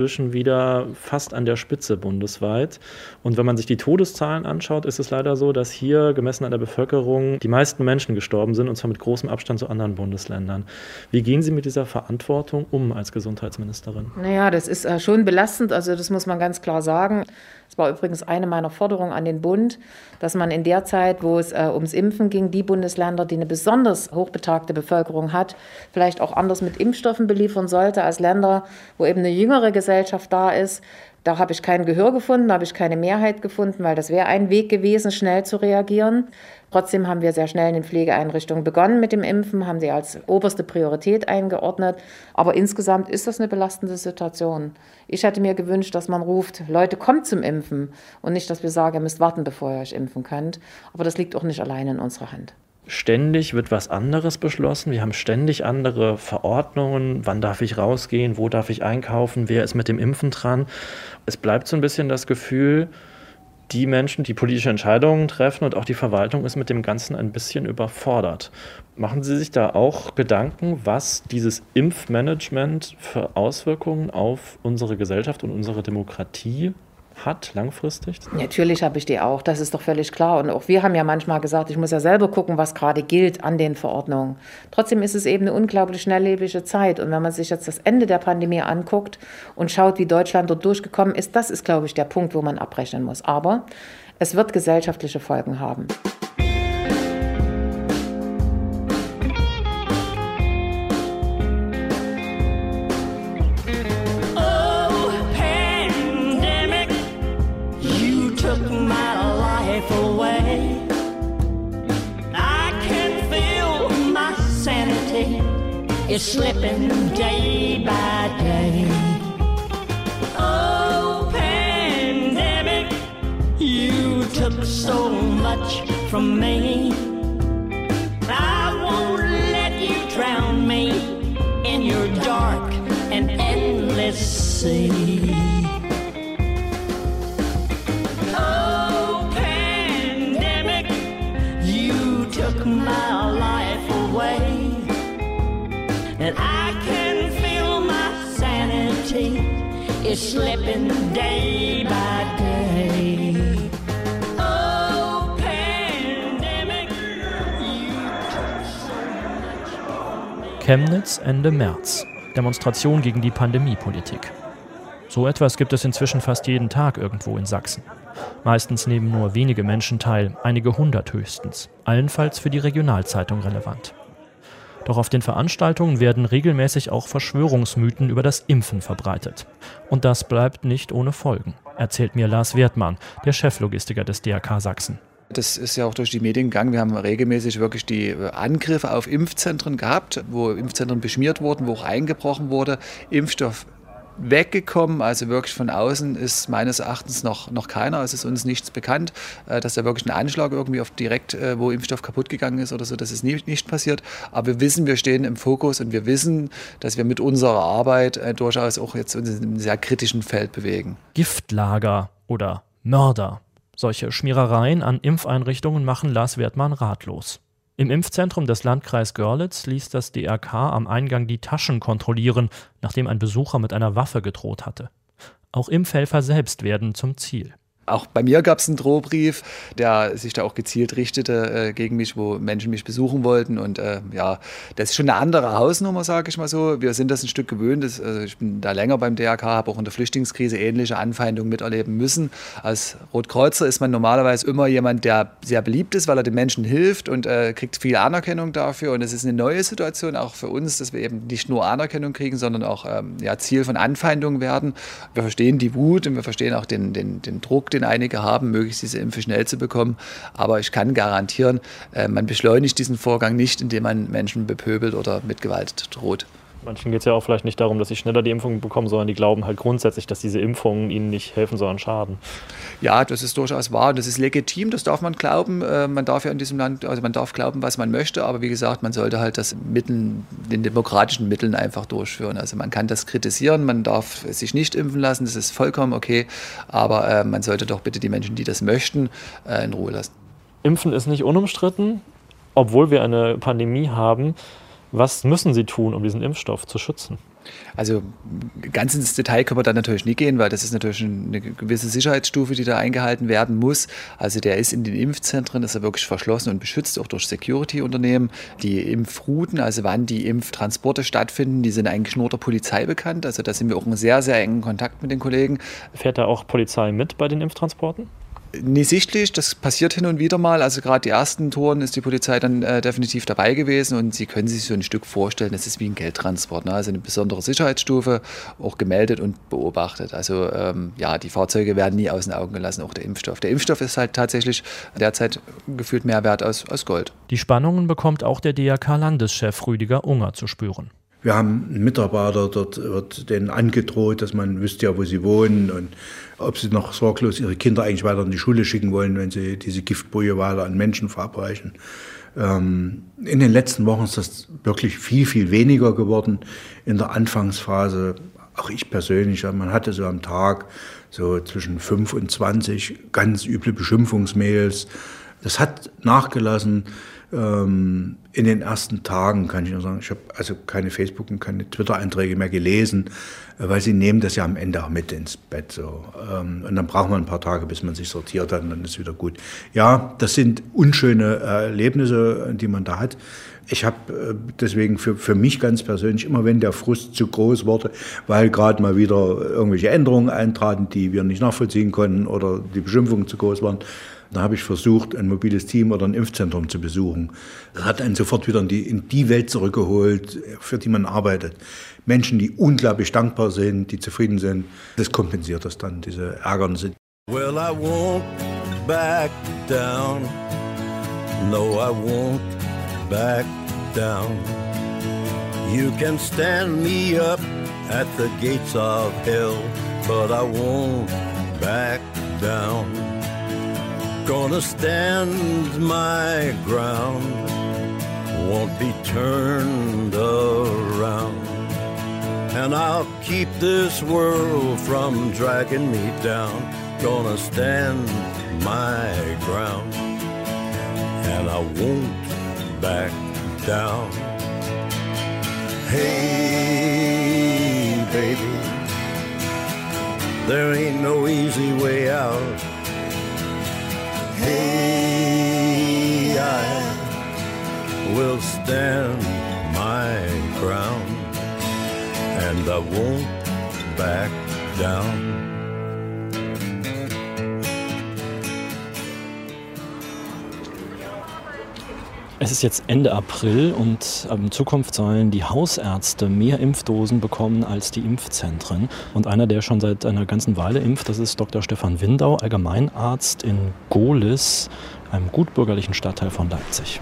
wieder fast an der Spitze bundesweit. Und wenn man sich die Todeszahlen anschaut, ist es leider so, dass hier gemessen an der Bevölkerung die meisten Menschen gestorben sind, und zwar mit großem Abstand zu anderen Bundesländern. Wie gehen Sie mit dieser Verantwortung um als Gesundheitsministerin? Naja, das ist schon belastend, also das muss man ganz klar sagen. Es war übrigens eine meiner Forderungen an den Bund, dass man in der Zeit, wo es ums Impfen ging, die Bundesländer, die eine besonders hochbetagte Bevölkerung hat, vielleicht auch anders mit Impfstoffen beliefern sollte als Länder, wo eben eine jüngere Gesellschaft da ist. Da habe ich kein Gehör gefunden, da habe ich keine Mehrheit gefunden, weil das wäre ein Weg gewesen, schnell zu reagieren. Trotzdem haben wir sehr schnell in den Pflegeeinrichtungen begonnen mit dem Impfen, haben sie als oberste Priorität eingeordnet. Aber insgesamt ist das eine belastende Situation. Ich hätte mir gewünscht, dass man ruft, Leute, kommt zum Impfen und nicht, dass wir sagen, ihr müsst warten, bevor ihr euch impfen könnt. Aber das liegt auch nicht alleine in unserer Hand. Ständig wird was anderes beschlossen. Wir haben ständig andere Verordnungen. Wann darf ich rausgehen? Wo darf ich einkaufen? Wer ist mit dem Impfen dran? Es bleibt so ein bisschen das Gefühl, die Menschen, die politische Entscheidungen treffen und auch die Verwaltung ist mit dem Ganzen ein bisschen überfordert. Machen Sie sich da auch Gedanken, was dieses Impfmanagement für Auswirkungen auf unsere Gesellschaft und unsere Demokratie hat, langfristig? Natürlich habe ich die auch, das ist doch völlig klar. Und auch wir haben ja manchmal gesagt, ich muss ja selber gucken, was gerade gilt an den Verordnungen. Trotzdem ist es eben eine unglaublich schnelllebige Zeit. Und wenn man sich jetzt das Ende der Pandemie anguckt und schaut, wie Deutschland dort durchgekommen ist, das ist, glaube ich, der Punkt, wo man abrechnen muss. Aber es wird gesellschaftliche Folgen haben. Is slipping day by day. Oh, pandemic, you took so much from me. I won't let you drown me in your dark and endless sea. Oh, pandemic, you took my life away. And I can feel my sanity is slipping day by day. Oh, pandemic, you took so much. Chemnitz Ende März. Demonstration gegen die Pandemiepolitik. So etwas gibt es inzwischen fast jeden Tag irgendwo in Sachsen. Meistens nehmen nur wenige Menschen teil, einige hundert höchstens. Allenfalls für die Regionalzeitung relevant. Doch auf den Veranstaltungen werden regelmäßig auch Verschwörungsmythen über das Impfen verbreitet. Und das bleibt nicht ohne Folgen, erzählt mir Lars Wertmann, der Cheflogistiker des DRK Sachsen. Das ist ja auch durch die Medien gegangen. Wir haben regelmäßig wirklich die Angriffe auf Impfzentren gehabt, wo Impfzentren beschmiert wurden, wo auch eingebrochen wurde, Impfstoff weggekommen, also wirklich von außen ist meines Erachtens noch keiner, es ist uns nichts bekannt, dass da wirklich ein Anschlag irgendwie auf direkt, wo Impfstoff kaputt gegangen ist oder so, das ist nicht passiert, aber wir wissen, wir stehen im Fokus und wir wissen, dass wir mit unserer Arbeit durchaus auch jetzt uns in einem sehr kritischen Feld bewegen. Giftlager oder Mörder. Solche Schmierereien an Impfeinrichtungen machen Lars Wertmann ratlos. Im Impfzentrum des Landkreis Görlitz ließ das DRK am Eingang die Taschen kontrollieren, nachdem ein Besucher mit einer Waffe gedroht hatte. Auch Impfhelfer selbst werden zum Ziel. Auch bei mir gab es einen Drohbrief, der sich da auch gezielt richtete gegen mich, wo Menschen mich besuchen wollten. Und ja, das ist schon eine andere Hausnummer, sage ich mal so. Wir sind das ein Stück gewöhnt. Ich bin da länger beim DRK, habe auch in der Flüchtlingskrise ähnliche Anfeindungen miterleben müssen. Als Rotkreuzer ist man normalerweise immer jemand, der sehr beliebt ist, weil er den Menschen hilft und kriegt viel Anerkennung dafür. Und es ist eine neue Situation auch für uns, dass wir eben nicht nur Anerkennung kriegen, sondern auch Ziel von Anfeindungen werden. Wir verstehen die Wut und wir verstehen auch den Druck, den einige haben, möglichst diese Impfe schnell zu bekommen. Aber ich kann garantieren, man beschleunigt diesen Vorgang nicht, indem man Menschen bepöbelt oder mit Gewalt droht. Manchen geht es ja auch vielleicht nicht darum, dass sie schneller die Impfung bekommen, sondern die glauben halt grundsätzlich, dass diese Impfungen ihnen nicht helfen, sondern schaden. Ja, das ist durchaus wahr und das ist legitim, das darf man glauben. Man darf ja in diesem Land, also man darf glauben, was man möchte, aber wie gesagt, man sollte halt das den demokratischen Mitteln einfach durchführen. Also man kann das kritisieren, man darf sich nicht impfen lassen, das ist vollkommen okay, aber man sollte doch bitte die Menschen, die das möchten, in Ruhe lassen. Impfen ist nicht unumstritten, obwohl wir eine Pandemie haben. Was müssen Sie tun, um diesen Impfstoff zu schützen? Also ganz ins Detail können wir da natürlich nicht gehen, weil das ist natürlich eine gewisse Sicherheitsstufe, die da eingehalten werden muss. Also der ist in den Impfzentren, ist er wirklich verschlossen und beschützt, auch durch Security-Unternehmen. Die Impfrouten, also wann die Impftransporte stattfinden, die sind eigentlich nur der Polizei bekannt. Also da sind wir auch in sehr, sehr engen Kontakt mit den Kollegen. Fährt da auch Polizei mit bei den Impftransporten? Nicht sichtlich, das passiert hin und wieder mal. Also gerade die ersten Touren ist die Polizei dann definitiv dabei gewesen und Sie können sich so ein Stück vorstellen, das ist wie ein Geldtransport. Ne? Also eine besondere Sicherheitsstufe, auch gemeldet und beobachtet. Also die Fahrzeuge werden nie aus den Augen gelassen, auch der Impfstoff. Der Impfstoff ist halt tatsächlich derzeit gefühlt mehr wert als Gold. Die Spannungen bekommt auch der DRK-Landeschef Rüdiger Unger zu spüren. Wir haben einen Mitarbeiter, dort wird denen angedroht, dass man wüsste ja, wo sie wohnen und ob sie noch sorglos ihre Kinder eigentlich weiter in die Schule schicken wollen, wenn sie diese Giftbrühe weiter an Menschen verabreichen. In den letzten Wochen ist das wirklich viel, viel weniger geworden. In der Anfangsphase, auch ich persönlich, man hatte so am Tag so zwischen 5 und 20 ganz üble Beschimpfungsmails. Das hat nachgelassen. In den ersten Tagen kann ich nur sagen, ich habe also keine Facebook- und keine Twitter-Einträge mehr gelesen, weil sie nehmen das ja am Ende auch mit ins Bett. So. Und dann braucht man ein paar Tage, bis man sich sortiert hat und dann ist wieder gut. Ja, das sind unschöne Erlebnisse, die man da hat. Ich habe deswegen für mich ganz persönlich, immer wenn der Frust zu groß wurde, weil gerade mal wieder irgendwelche Änderungen eintraten, die wir nicht nachvollziehen konnten oder die Beschimpfungen zu groß waren, da habe ich versucht, ein mobiles Team oder ein Impfzentrum zu besuchen. Das hat einen sofort wieder in die Welt zurückgeholt, für die man arbeitet. Menschen, die unglaublich dankbar sind, die zufrieden sind. Das kompensiert das dann, diese Ärgernisse. Well, I won't back down. No, I won't back down. You can stand me up at the gates of hell, but I won't back down. Gonna stand my ground, won't be turned around. And I'll keep this world from dragging me down. Gonna stand my ground, and I won't back down. Hey, baby, there ain't no easy way out. Hey, I will stand my ground, and I won't back down. Es ist jetzt Ende April und in Zukunft sollen die Hausärzte mehr Impfdosen bekommen als die Impfzentren. Und einer, der schon seit einer ganzen Weile impft, das ist Dr. Stefan Windau, Allgemeinarzt in Gohlis, einem gutbürgerlichen Stadtteil von Leipzig.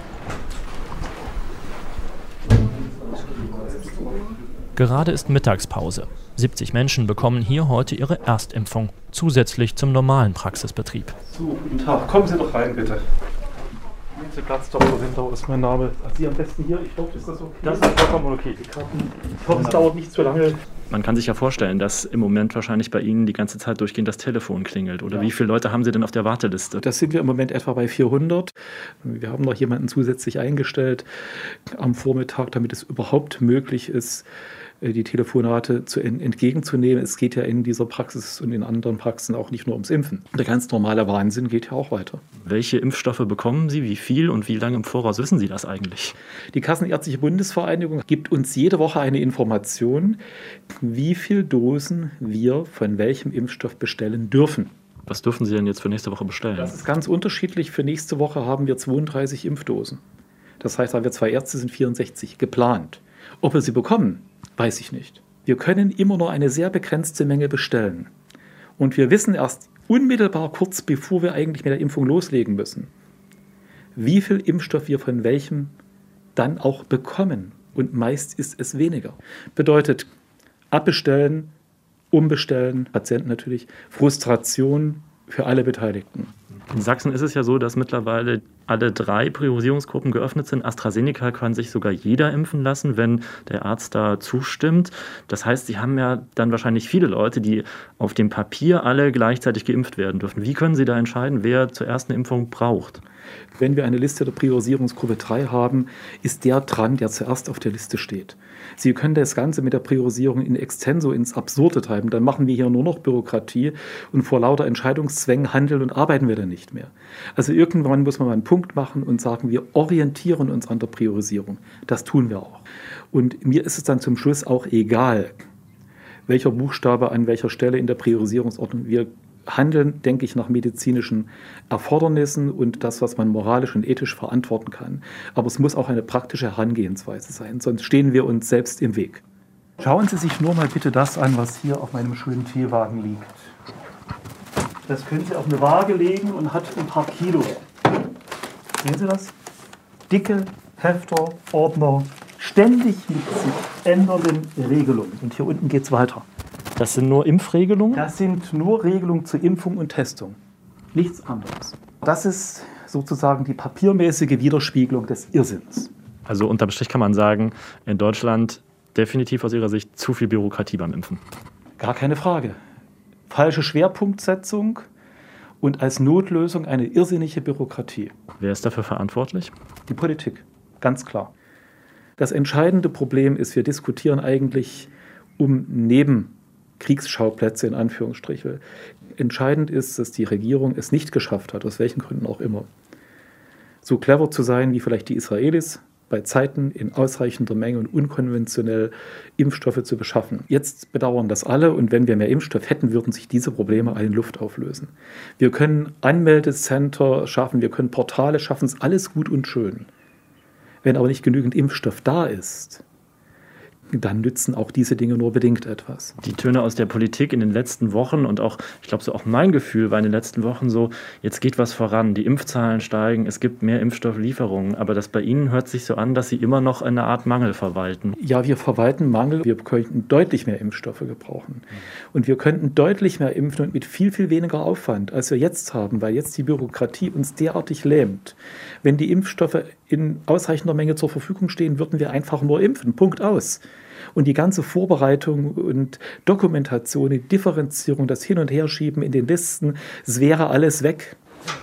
Gerade ist Mittagspause. 70 Menschen bekommen hier heute ihre Erstimpfung, zusätzlich zum normalen Praxisbetrieb. So, guten Tag. Kommen Sie doch rein, bitte. Platz, Dr. Windau ist mein Name. Sie am besten hier, ich hoffe, ist das okay? Das ist vollkommen okay. Die Karten. Ich hoffe, es dauert nicht zu lange. Man kann sich ja vorstellen, dass im Moment wahrscheinlich bei Ihnen die ganze Zeit durchgehend das Telefon klingelt. Oder ja. Wie viele Leute haben Sie denn auf der Warteliste? Das sind wir im Moment etwa bei 400. Wir haben noch jemanden zusätzlich eingestellt am Vormittag, damit es überhaupt möglich ist, die Telefonate entgegenzunehmen. Es geht ja in dieser Praxis und in anderen Praxen auch nicht nur ums Impfen. Der ganz normale Wahnsinn geht ja auch weiter. Welche Impfstoffe bekommen Sie, wie viel und wie lange im Voraus wissen Sie das eigentlich? Die Kassenärztliche Bundesvereinigung gibt uns jede Woche eine Information, wie viele Dosen wir von welchem Impfstoff bestellen dürfen. Was dürfen Sie denn jetzt für nächste Woche bestellen? Das ist ganz unterschiedlich. Für nächste Woche haben wir 32 Impfdosen. Das heißt, da wir 2 Ärzte sind 64 geplant. Ob wir sie bekommen, weiß ich nicht. Wir können immer nur eine sehr begrenzte Menge bestellen. Und wir wissen erst unmittelbar kurz bevor wir eigentlich mit der Impfung loslegen müssen, wie viel Impfstoff wir von welchem dann auch bekommen. Und meist ist es weniger. Bedeutet abbestellen, umbestellen, Patienten natürlich, Frustration für alle Beteiligten. In Sachsen ist es ja so, dass mittlerweile alle 3 Priorisierungsgruppen geöffnet sind. AstraZeneca kann sich sogar jeder impfen lassen, wenn der Arzt da zustimmt. Das heißt, Sie haben ja dann wahrscheinlich viele Leute, die auf dem Papier alle gleichzeitig geimpft werden dürfen. Wie können Sie da entscheiden, wer zuerst eine Impfung braucht? Wenn wir eine Liste der Priorisierungsgruppe 3 haben, ist der dran, der zuerst auf der Liste steht. Sie können das Ganze mit der Priorisierung in extenso ins Absurde treiben. Dann machen wir hier nur noch Bürokratie und vor lauter Entscheidungszwängen handeln und arbeiten wir dann nicht mehr. Also irgendwann muss man mal einen Punkt machen und sagen, wir orientieren uns an der Priorisierung. Das tun wir auch. Und mir ist es dann zum Schluss auch egal, welcher Buchstabe an welcher Stelle in der Priorisierungsordnung. Wir handeln, denke ich, nach medizinischen Erfordernissen und das, was man moralisch und ethisch verantworten kann. Aber es muss auch eine praktische Herangehensweise sein, sonst stehen wir uns selbst im Weg. Schauen Sie sich nur mal bitte das an, was hier auf meinem schönen Teewagen liegt. Das können Sie auf eine Waage legen und hat ein paar Kilo. Sehen Sie das? Dicke Hefter, Ordner, ständig mit sich ändernden Regelungen. Und hier unten geht es weiter. Das sind nur Impfregelungen? Das sind nur Regelungen zur Impfung und Testung. Nichts anderes. Das ist sozusagen die papiermäßige Widerspiegelung des Irrsinns. Also unterm Strich kann man sagen, in Deutschland definitiv aus Ihrer Sicht zu viel Bürokratie beim Impfen. Gar keine Frage. Falsche Schwerpunktsetzung und als Notlösung eine irrsinnige Bürokratie. Wer ist dafür verantwortlich? Die Politik, ganz klar. Das entscheidende Problem ist, wir diskutieren eigentlich um Nebenkriegsschauplätze in Anführungsstriche. Entscheidend ist, dass die Regierung es nicht geschafft hat, aus welchen Gründen auch immer, so clever zu sein wie vielleicht die Israelis, bei Zeiten in ausreichender Menge und unkonventionell Impfstoffe zu beschaffen. Jetzt bedauern das alle und wenn wir mehr Impfstoff hätten, würden sich diese Probleme alle in Luft auflösen. Wir können Anmeldecenter schaffen, wir können Portale schaffen, ist alles gut und schön. Wenn aber nicht genügend Impfstoff da ist, dann nützen auch diese Dinge nur bedingt etwas. Die Töne aus der Politik in den letzten Wochen und auch, ich glaube, so auch mein Gefühl war in den letzten Wochen so, jetzt geht was voran, die Impfzahlen steigen, es gibt mehr Impfstofflieferungen, aber das bei Ihnen hört sich so an, dass Sie immer noch eine Art Mangel verwalten. Ja, wir verwalten Mangel, wir könnten deutlich mehr Impfstoffe gebrauchen. Und wir könnten deutlich mehr impfen und mit viel, viel weniger Aufwand, als wir jetzt haben, weil jetzt die Bürokratie uns derartig lähmt. Wenn die Impfstoffe in ausreichender Menge zur Verfügung stehen, würden wir einfach nur impfen, Punkt aus. Und die ganze Vorbereitung und Dokumentation, die Differenzierung, das Hin- und Herschieben in den Listen, es wäre alles weg.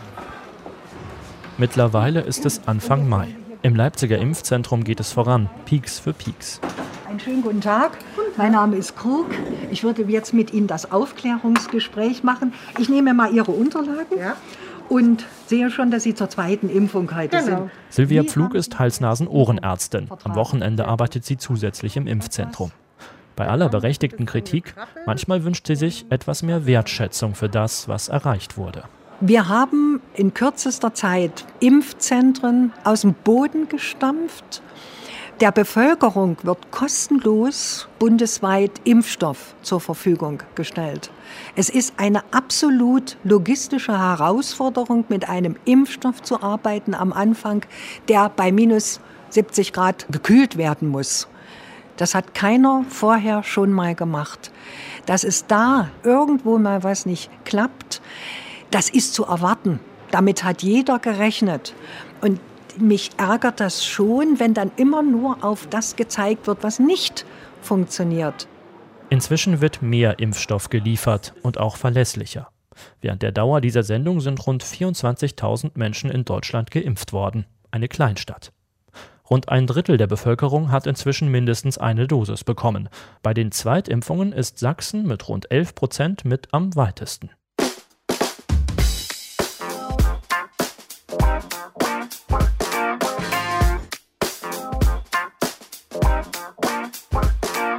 Mittlerweile ist es Anfang Mai. Im Leipziger Impfzentrum geht es voran, Peaks für Peaks. Einen schönen guten Tag. Mein Name ist Krug. Ich würde jetzt mit Ihnen das Aufklärungsgespräch machen. Ich nehme mal Ihre Unterlagen. Ja. Und sehe schon, dass Sie zur zweiten Impfung heute sind. Silvia Pflug ist Hals-Nasen-Ohrenärztin. Am Wochenende arbeitet sie zusätzlich im Impfzentrum. Bei aller berechtigten Kritik, manchmal wünscht sie sich etwas mehr Wertschätzung für das, was erreicht wurde. Wir haben in kürzester Zeit Impfzentren aus dem Boden gestampft. Der Bevölkerung wird kostenlos bundesweit Impfstoff zur Verfügung gestellt. Es ist eine absolut logistische Herausforderung, mit einem Impfstoff zu arbeiten am Anfang, der bei minus 70 Grad gekühlt werden muss. Das hat keiner vorher schon mal gemacht. Dass es da irgendwo mal was nicht klappt, das ist zu erwarten. Damit hat jeder gerechnet. Und mich ärgert das schon, wenn dann immer nur auf das gezeigt wird, was nicht funktioniert. Inzwischen wird mehr Impfstoff geliefert und auch verlässlicher. Während der Dauer dieser Sendung sind rund 24.000 Menschen in Deutschland geimpft worden. Eine Kleinstadt. Rund 1/3 der Bevölkerung hat inzwischen mindestens eine Dosis bekommen. Bei den Zweitimpfungen ist Sachsen mit rund 11% mit am weitesten.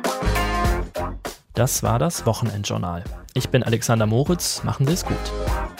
Das war das Wochenendjournal. Ich bin Alexander Moritz, machen Sie es gut.